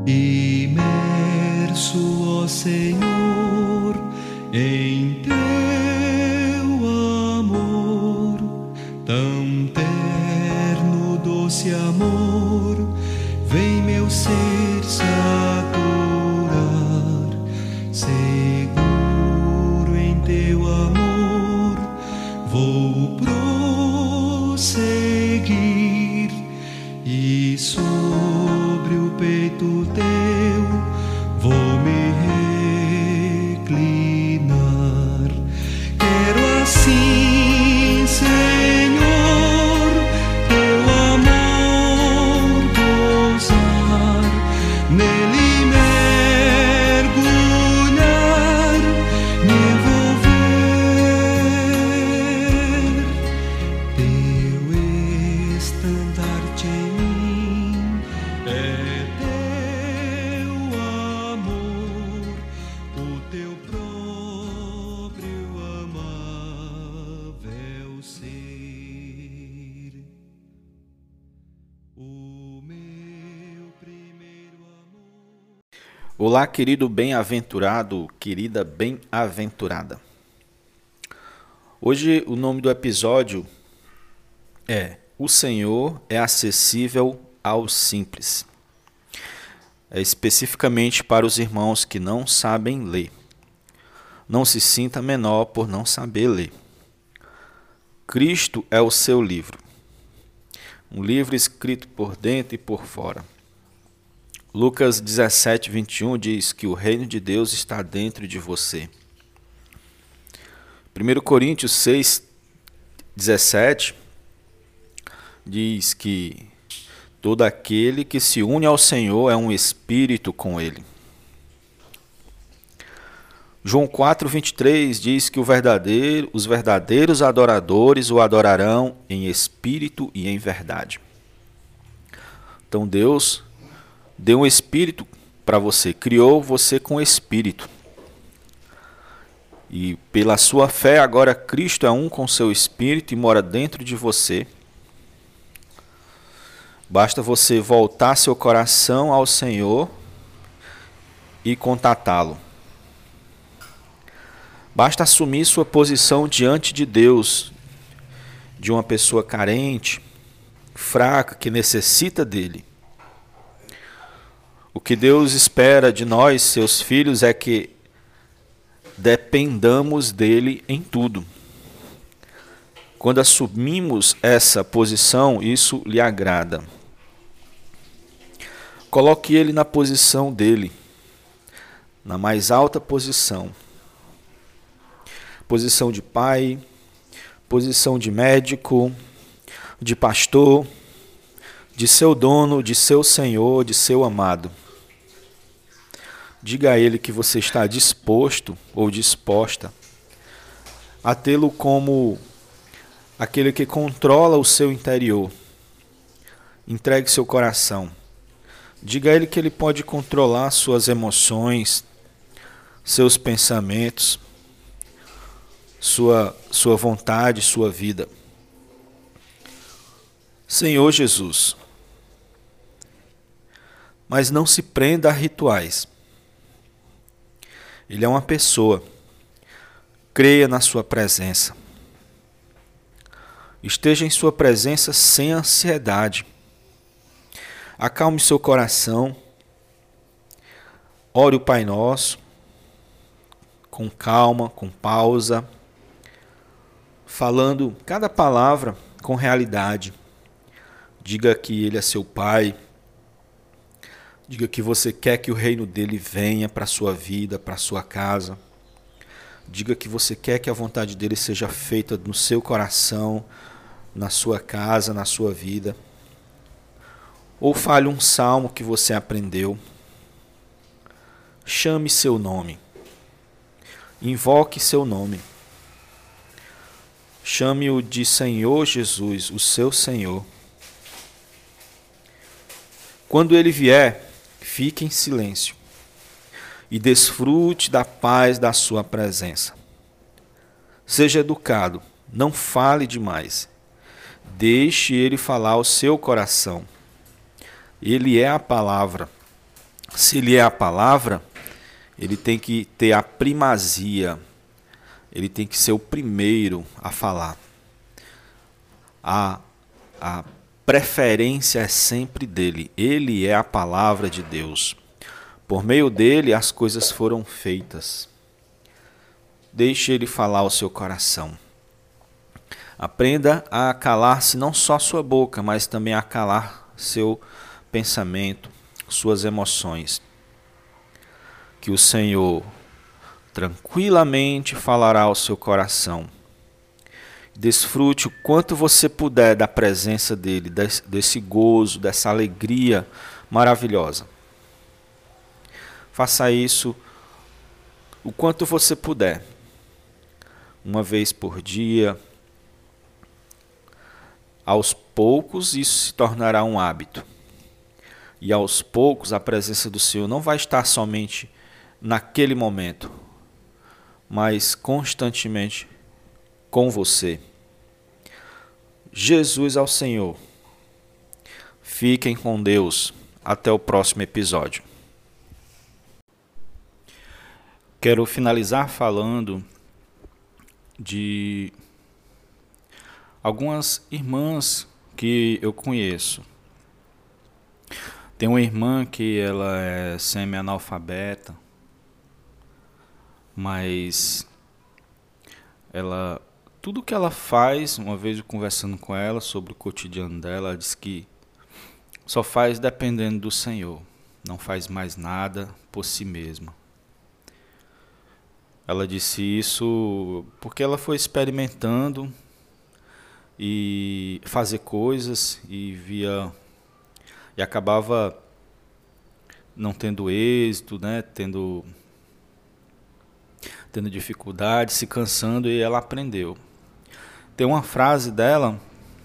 Imerso, ó Senhor, em teu amor, tão terno, doce amor, vem meu ser saturar, seguro em teu amor, vou prosseguir e sobre o peito teu vou me reclinar. Quero assim, Senhor, teu amor gozar, nele mergulhar, me envolver, teu estandarte em mim é teu amor, o teu próprio amável ser, o meu primeiro amor. Olá, querido bem-aventurado, querida bem-aventurada. Hoje o nome do episódio é O Senhor é acessível aos simples. É especificamente para os irmãos que não sabem ler. Não se sinta menor por não saber ler. Cristo é o seu livro. Um livro escrito por dentro e por fora. Lucas 17, 21 diz que o reino de Deus está dentro de você. 1 Coríntios 6, 17 diz que todo aquele que se une ao Senhor é um espírito com ele. João 4, 23 diz que os verdadeiros adoradores o adorarão em espírito e em verdade. Então Deus deu um espírito para você, criou você com espírito. E pela sua fé, agora Cristo é um com seu espírito e mora dentro de você. Basta você voltar seu coração ao Senhor e contatá-lo. Basta assumir sua posição diante de Deus, de uma pessoa carente, fraca, que necessita dele. O que Deus espera de nós, seus filhos, é que dependamos dele em tudo. Quando assumimos essa posição, isso lhe agrada. Coloque ele na posição dele, na mais alta posição. Posição de pai, posição de médico, de pastor, de seu dono, de seu senhor, de seu amado. Diga a ele que você está disposto ou disposta a tê-lo como aquele que controla o seu interior. Entregue seu coração. Diga a ele que ele pode controlar suas emoções, seus pensamentos, sua vontade, sua vida. Senhor Jesus, mas não se prenda a rituais. Ele é uma pessoa. Creia na sua presença. Esteja em sua presença sem ansiedade. Acalme seu coração. Ore o Pai Nosso com calma, com pausa, falando cada palavra com realidade. Diga que Ele é seu Pai. Diga que você quer que o reino dele venha para a sua vida, para a sua casa. Diga que você quer que a vontade dele seja feita no seu coração, na sua casa, na sua vida. Ou fale um salmo que você aprendeu. Chame seu nome. Invoque seu nome. Chame-o de Senhor Jesus, o seu Senhor. Quando ele vier, fique em silêncio e desfrute da paz da sua presença. Seja educado, não fale demais. Deixe ele falar ao seu coração. Ele é a palavra. Se ele é a palavra, ele tem que ter a primazia, ele tem que ser o primeiro a falar. A preferência é sempre dele. Ele é a palavra de Deus. Por meio dele as coisas foram feitas. Deixe ele falar ao seu coração. Aprenda a calar-se não só sua boca, mas também a calar seu pensamento, suas emoções. Que o Senhor tranquilamente falará ao seu coração. Desfrute o quanto você puder da presença dele, desse gozo, dessa alegria maravilhosa. Faça isso o quanto você puder. Uma vez por dia. Aos poucos isso se tornará um hábito. E aos poucos a presença do Senhor não vai estar somente naquele momento, mas constantemente com você. Jesus ao Senhor. Fiquem com Deus. Até o próximo episódio. Quero finalizar falando de algumas irmãs que eu conheço. Tem uma irmã que ela é semi-analfabeta, mas tudo que ela faz, uma vez eu conversando com ela sobre o cotidiano dela, ela diz que só faz dependendo do Senhor, não faz mais nada por si mesma. Ela disse isso porque ela foi experimentando e fazer coisas e acabava não tendo êxito, né? Tendo dificuldade, se cansando, e ela aprendeu. Tem uma frase dela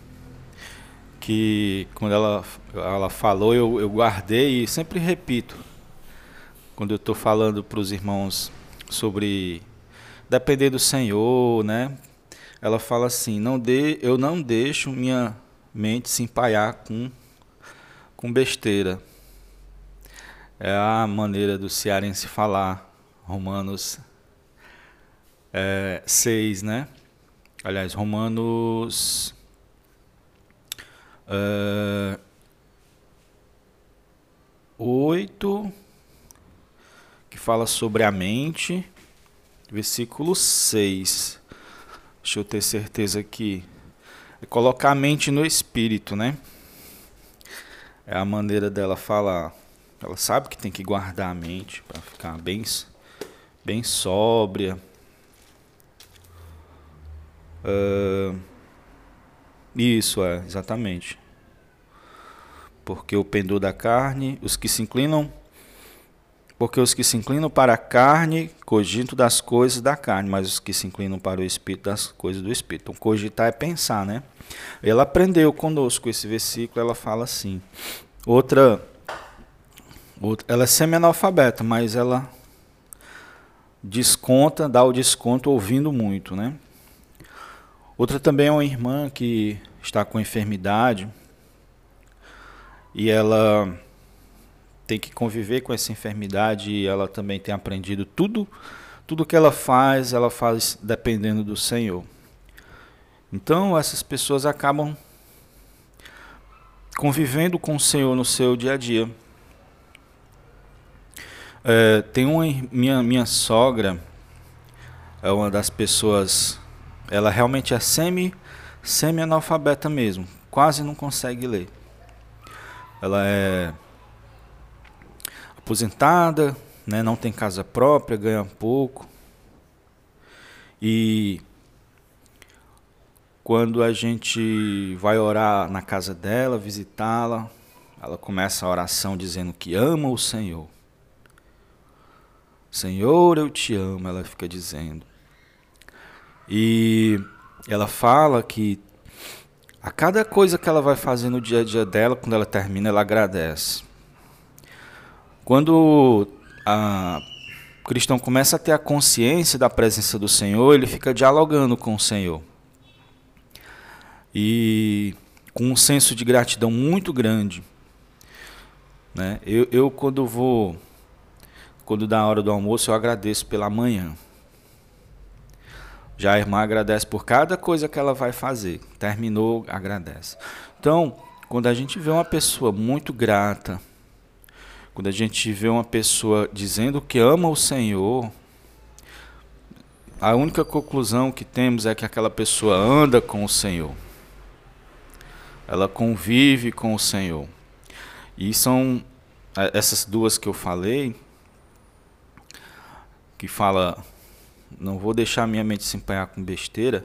que quando ela falou eu guardei e sempre repito quando eu estou falando para os irmãos sobre depender do Senhor, né? Ela fala assim: eu não deixo minha mente se empaiar com besteira. É a maneira do cearense falar. Romanos 6, né? Aliás, Romanos 8, que fala sobre a mente, versículo 6. Deixa eu ter certeza aqui. É colocar a mente no espírito, né? É a maneira dela falar. Ela sabe que tem que guardar a mente para ficar bem sóbria. Isso exatamente. Porque o pendor da carne, os que se inclinam para a carne cogitam das coisas da carne, mas os que se inclinam para o espírito das coisas do espírito. Então, cogitar é pensar, né? Ela aprendeu conosco esse versículo, ela fala assim. Outra, ela é semi-analfabeta, mas ela dá o desconto ouvindo muito, né? Outra também é uma irmã que está com enfermidade e ela tem que conviver com essa enfermidade, e ela também tem aprendido tudo que ela faz dependendo do Senhor. Então essas pessoas acabam convivendo com o Senhor no seu dia a dia. Tem minha sogra, é uma das pessoas, ela realmente é semi-analfabeta mesmo, quase não consegue ler. Ela é aposentada, né, não tem casa própria, ganha pouco. E quando a gente vai orar na casa dela, visitá-la, ela começa a oração dizendo que ama o Senhor. Senhor, eu te amo, ela fica dizendo. E ela fala que a cada coisa que ela vai fazer no dia a dia dela, quando ela termina, ela agradece. Quando o cristão começa a ter a consciência da presença do Senhor, ele fica dialogando com o Senhor. E com um senso de gratidão muito grande. né? Eu quando dá a hora do almoço, eu agradeço pela manhã. Já a irmã agradece por cada coisa que ela vai fazer. Terminou, agradece. Então, quando a gente vê uma pessoa muito grata, quando a gente vê uma pessoa dizendo que ama o Senhor, a única conclusão que temos é que aquela pessoa anda com o Senhor. Ela convive com o Senhor. E são essas duas que eu falei, que fala, não vou deixar minha mente se empenhar com besteira,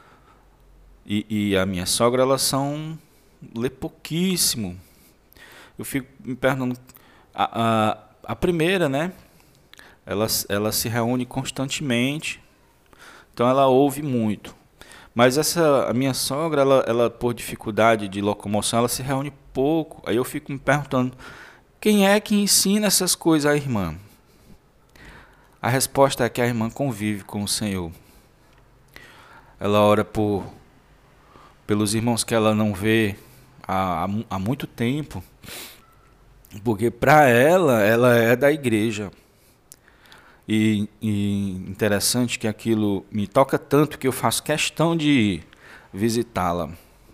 e a minha sogra, elas lê pouquíssimo. Eu fico me perguntando, a primeira, né, ela se reúne constantemente, então ela ouve muito. Mas a minha sogra, ela por dificuldade de locomoção, ela se reúne pouco. Aí eu fico me perguntando, quem é que ensina essas coisas à irmã? A resposta é que a irmã convive com o Senhor. Ela ora pelos irmãos que ela não vê há muito tempo, porque para ela é da igreja. E interessante que aquilo me toca tanto que eu faço questão de visitá-la.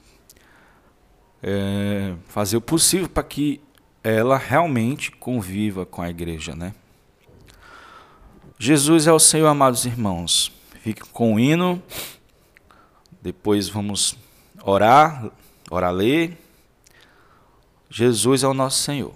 Fazer o possível para que ela realmente conviva com a igreja, né? Jesus é o Senhor, amados irmãos. Fique com o hino. Depois vamos orar, ler. Jesus é o nosso Senhor.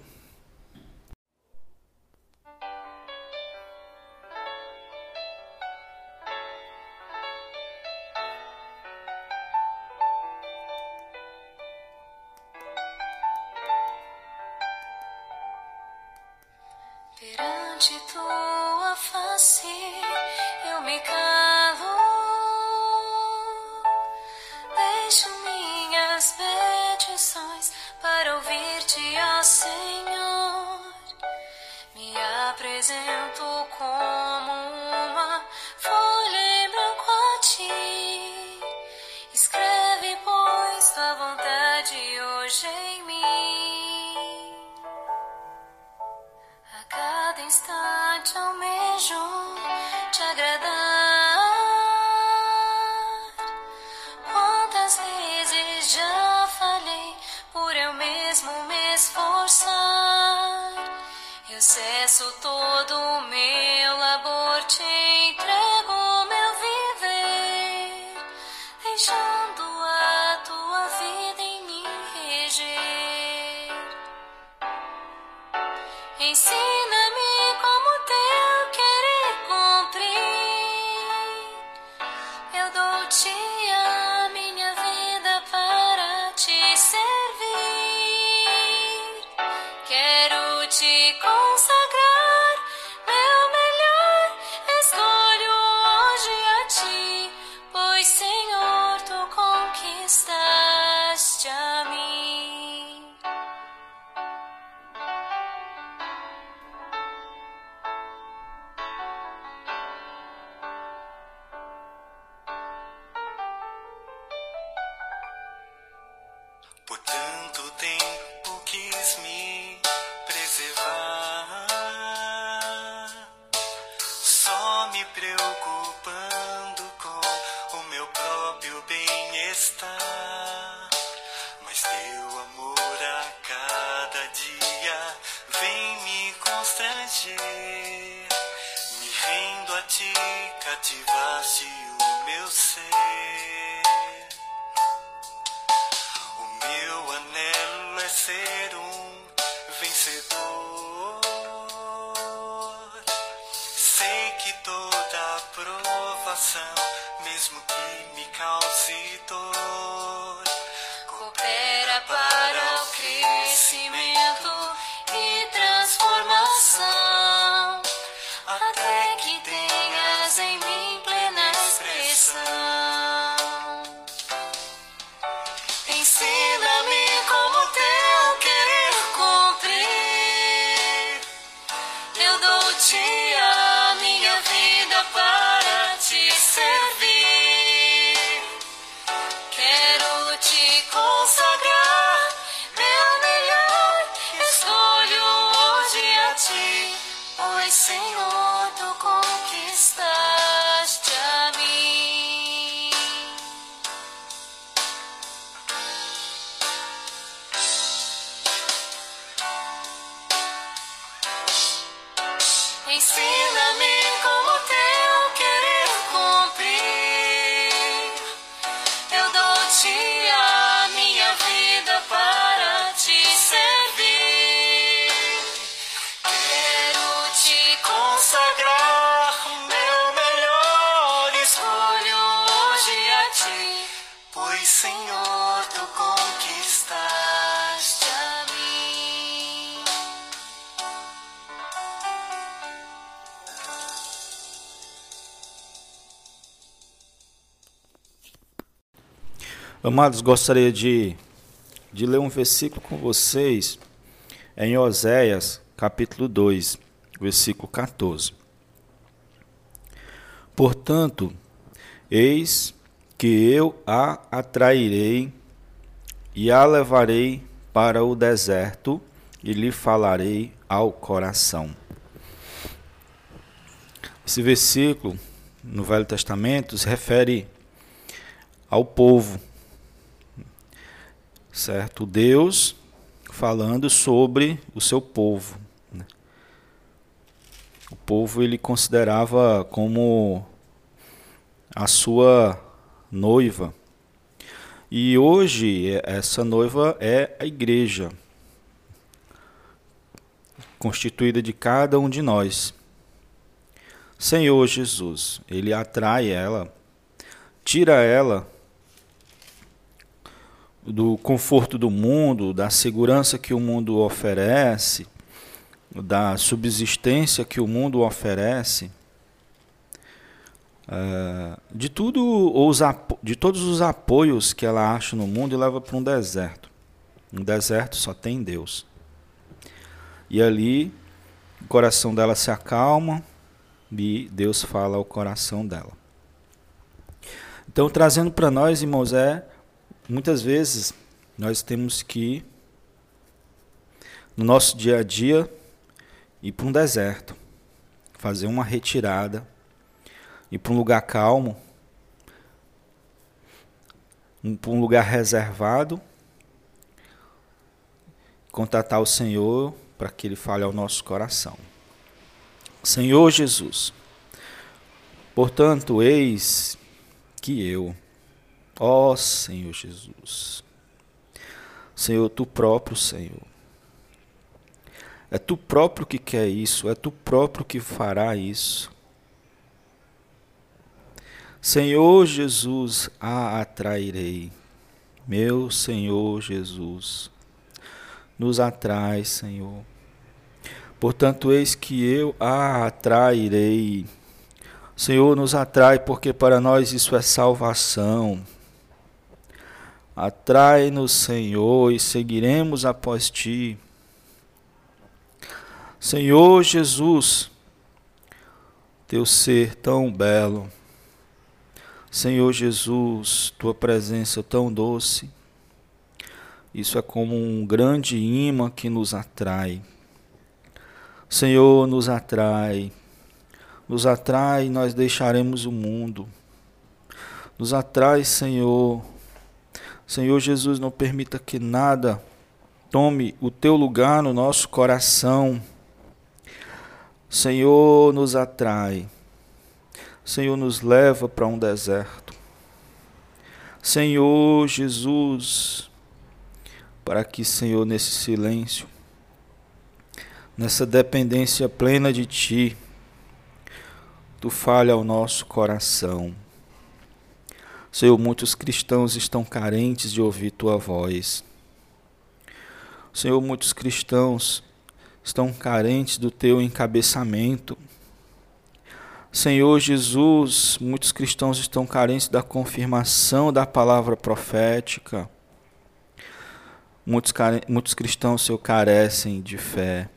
Perante tua face eu me calo, deixo minhas petições para ouvir-te, ó Senhor. Me apresento como uma folha em branco a ti. Escreve, pois, tua vontade hoje em mim. A cada instante almejo te agradar. Quantas vezes já falhei por eu mesmo me esforçar. Eu cesso todo o meu labor, te entrego o meu viver, deixando a tua vida em mim reger. Ensina-me como teu querer cumprir. Eu dou-te a minha vida para te servir. Quero te consagrar meu melhor. Escolho hoje a ti, pois, Senhor, tu conquistaste a mim. Por tanto tempo quis me preservar, só me preocupando com o meu próprio bem-estar. Mas teu amor a cada dia vem me constranger. Me rendo a ti, cativaste o meu ser. Meu anelo é ser um vencedor. Sei que toda provação, mesmo que me cause dor, Coopera para o crescimento e transformação, até que tenhas em mim plena expressão. Ensina-me como teu querer cumprir. Eu dou-te a minha vida para te servir. ensina-me como teu querer cumprir. Eu dou-te a minha vida para te servir. Quero te Consagrar o meu melhor, escolho hoje a ti, pois Senhor, tu conquistaste a mim. Amados, gostaria de ler um versículo com vocês em Oséias, capítulo 2, versículo 14. Portanto, eis que eu a atrairei e a levarei para o deserto e lhe falarei ao coração. Esse versículo no Velho Testamento se refere ao povo, certo? Deus falando sobre o seu povo. O povo ele considerava como a sua noiva. E hoje essa noiva é a igreja, constituída de cada um de nós. Senhor Jesus, ele atrai ela, tira ela do conforto do mundo, da segurança que o mundo oferece, da subsistência que o mundo oferece, de todos os apoios que ela acha no mundo, e leva para um deserto. Um deserto só tem Deus. E ali o coração dela se acalma e Deus fala ao coração dela. Então, trazendo para nós, irmãos, muitas vezes nós temos que, no nosso dia a dia, ir para um deserto, fazer uma retirada, ir para um lugar calmo, para um lugar reservado, contatar o Senhor para que Ele fale ao nosso coração. Senhor Jesus, portanto, eis que eu, ó Senhor Jesus, Senhor, Tu próprio, Senhor, é Tu próprio que quer isso, é Tu próprio que fará isso. Senhor Jesus, a atrairei. Meu Senhor Jesus, nos atrai, Senhor. Portanto, eis que eu a atrairei. Senhor, nos atrai, porque para nós isso é salvação. Atrai-nos, Senhor, e seguiremos após Ti. Senhor Jesus, Teu ser tão belo. Senhor Jesus, Tua presença tão doce. Isso é como um grande imã que nos atrai. Senhor, nos atrai. Nos atrai e nós deixaremos o mundo. Nos atrai, Senhor. Senhor Jesus, não permita que nada tome o Teu lugar no nosso coração. Senhor, nos atrai. Senhor, nos leva para um deserto. Senhor Jesus, para que, Senhor, nesse silêncio, nessa dependência plena de Ti, Tu fale ao nosso coração. Senhor, muitos cristãos estão carentes de ouvir Tua voz. Senhor, muitos cristãos estão carentes do Teu encabeçamento. Senhor Jesus, muitos cristãos estão carentes da confirmação da palavra profética. Muitos cristãos, Senhor, carecem de fé.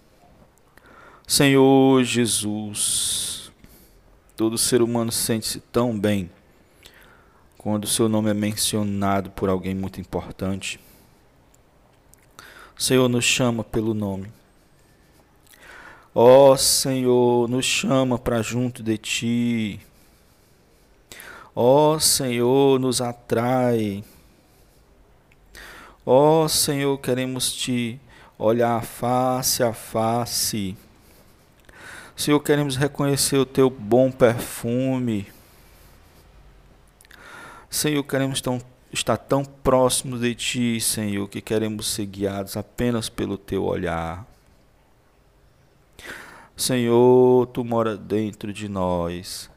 Senhor Jesus, todo ser humano sente-se tão bem quando o seu nome é mencionado por alguém muito importante. Senhor, nos chama pelo nome. Ó Senhor, nos chama para junto de Ti. Ó Senhor, nos atrai. Ó Senhor, queremos Te olhar face a face. Senhor, queremos reconhecer o teu bom perfume. Senhor, queremos estar tão próximos de ti, Senhor, que queremos ser guiados apenas pelo teu olhar. Senhor, tu mora dentro de nós.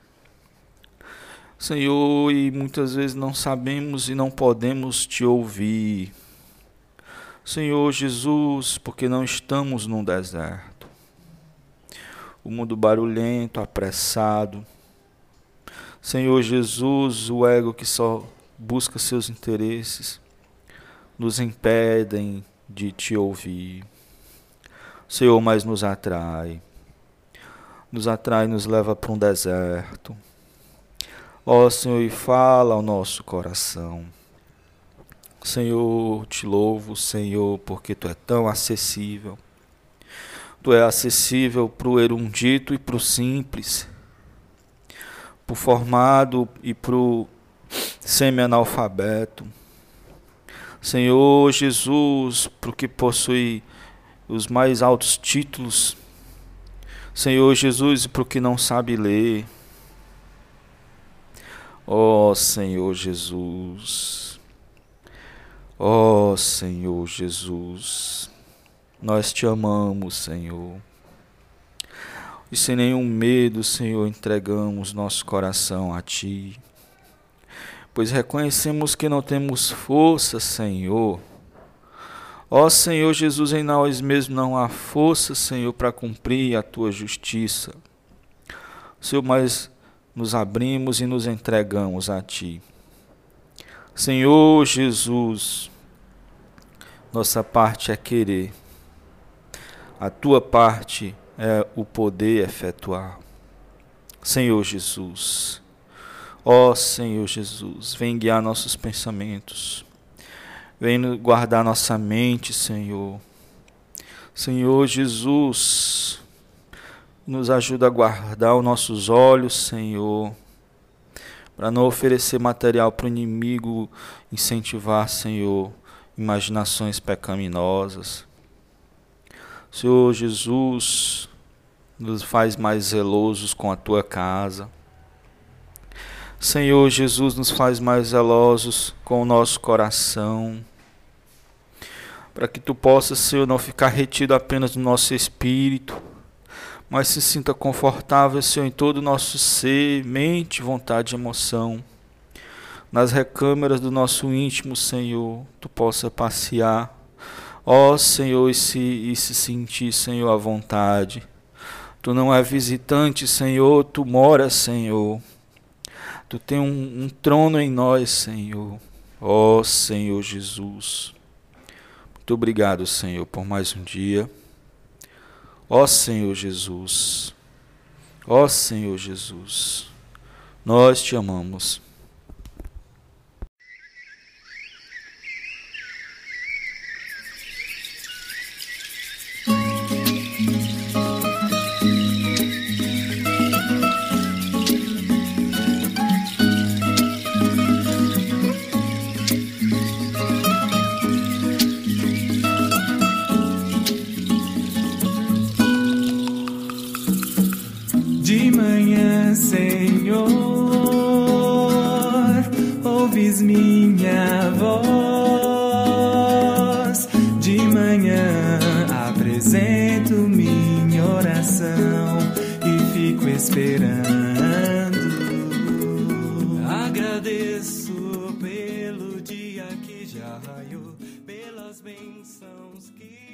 Senhor, e muitas vezes não sabemos e não podemos te ouvir. Senhor Jesus, porque não estamos num deserto. O mundo barulhento, apressado. Senhor Jesus, o ego que só busca seus interesses, nos impedem de te ouvir. Senhor, mas nos atrai. Nos atrai e nos leva para um deserto. Ó Senhor, e fala ao nosso coração. Senhor, te louvo, Senhor, porque Tu é tão acessível. Tu é acessível para o erudito e para o simples, para o formado e para o semi-analfabeto. Senhor Jesus, para o que possui os mais altos títulos. Senhor Jesus, para o que não sabe ler. Ó Senhor Jesus, ó Senhor Jesus, nós te amamos, Senhor, e sem nenhum medo, Senhor, entregamos nosso coração a Ti, pois reconhecemos que não temos força, Senhor. Ó Senhor Jesus, em nós mesmos não há força, Senhor, para cumprir a Tua justiça, Senhor, mas nos abrimos e nos entregamos a Ti. Senhor Jesus, nossa parte é querer, a Tua parte é o poder efetuar. Senhor Jesus, ó Senhor Jesus, vem guiar nossos pensamentos, vem guardar nossa mente, Senhor. Senhor Jesus, nos ajuda a guardar os nossos olhos, Senhor, para não oferecer material para o inimigo incentivar, Senhor, imaginações pecaminosas. Senhor Jesus, nos faz mais zelosos com a Tua casa. Senhor Jesus, nos faz mais zelosos com o nosso coração, para que Tu possas, Senhor, não ficar retido apenas no nosso espírito, mas se sinta confortável, Senhor, em todo o nosso ser, mente, vontade e emoção. Nas recâmaras do nosso íntimo, Senhor, Tu possa passear, ó Senhor, e se sentir, Senhor, à vontade. Tu não é visitante, Senhor, Tu moras, Senhor. Tu tem um trono em nós, Senhor. Ó Senhor Jesus. Muito obrigado, Senhor, por mais um dia. Ó Senhor Jesus, ó Senhor Jesus, nós Te amamos. De manhã, Senhor, ouves minha voz. De manhã apresento minha oração e fico esperando. Agradeço pelo dia que já raiou, pelas bênçãos que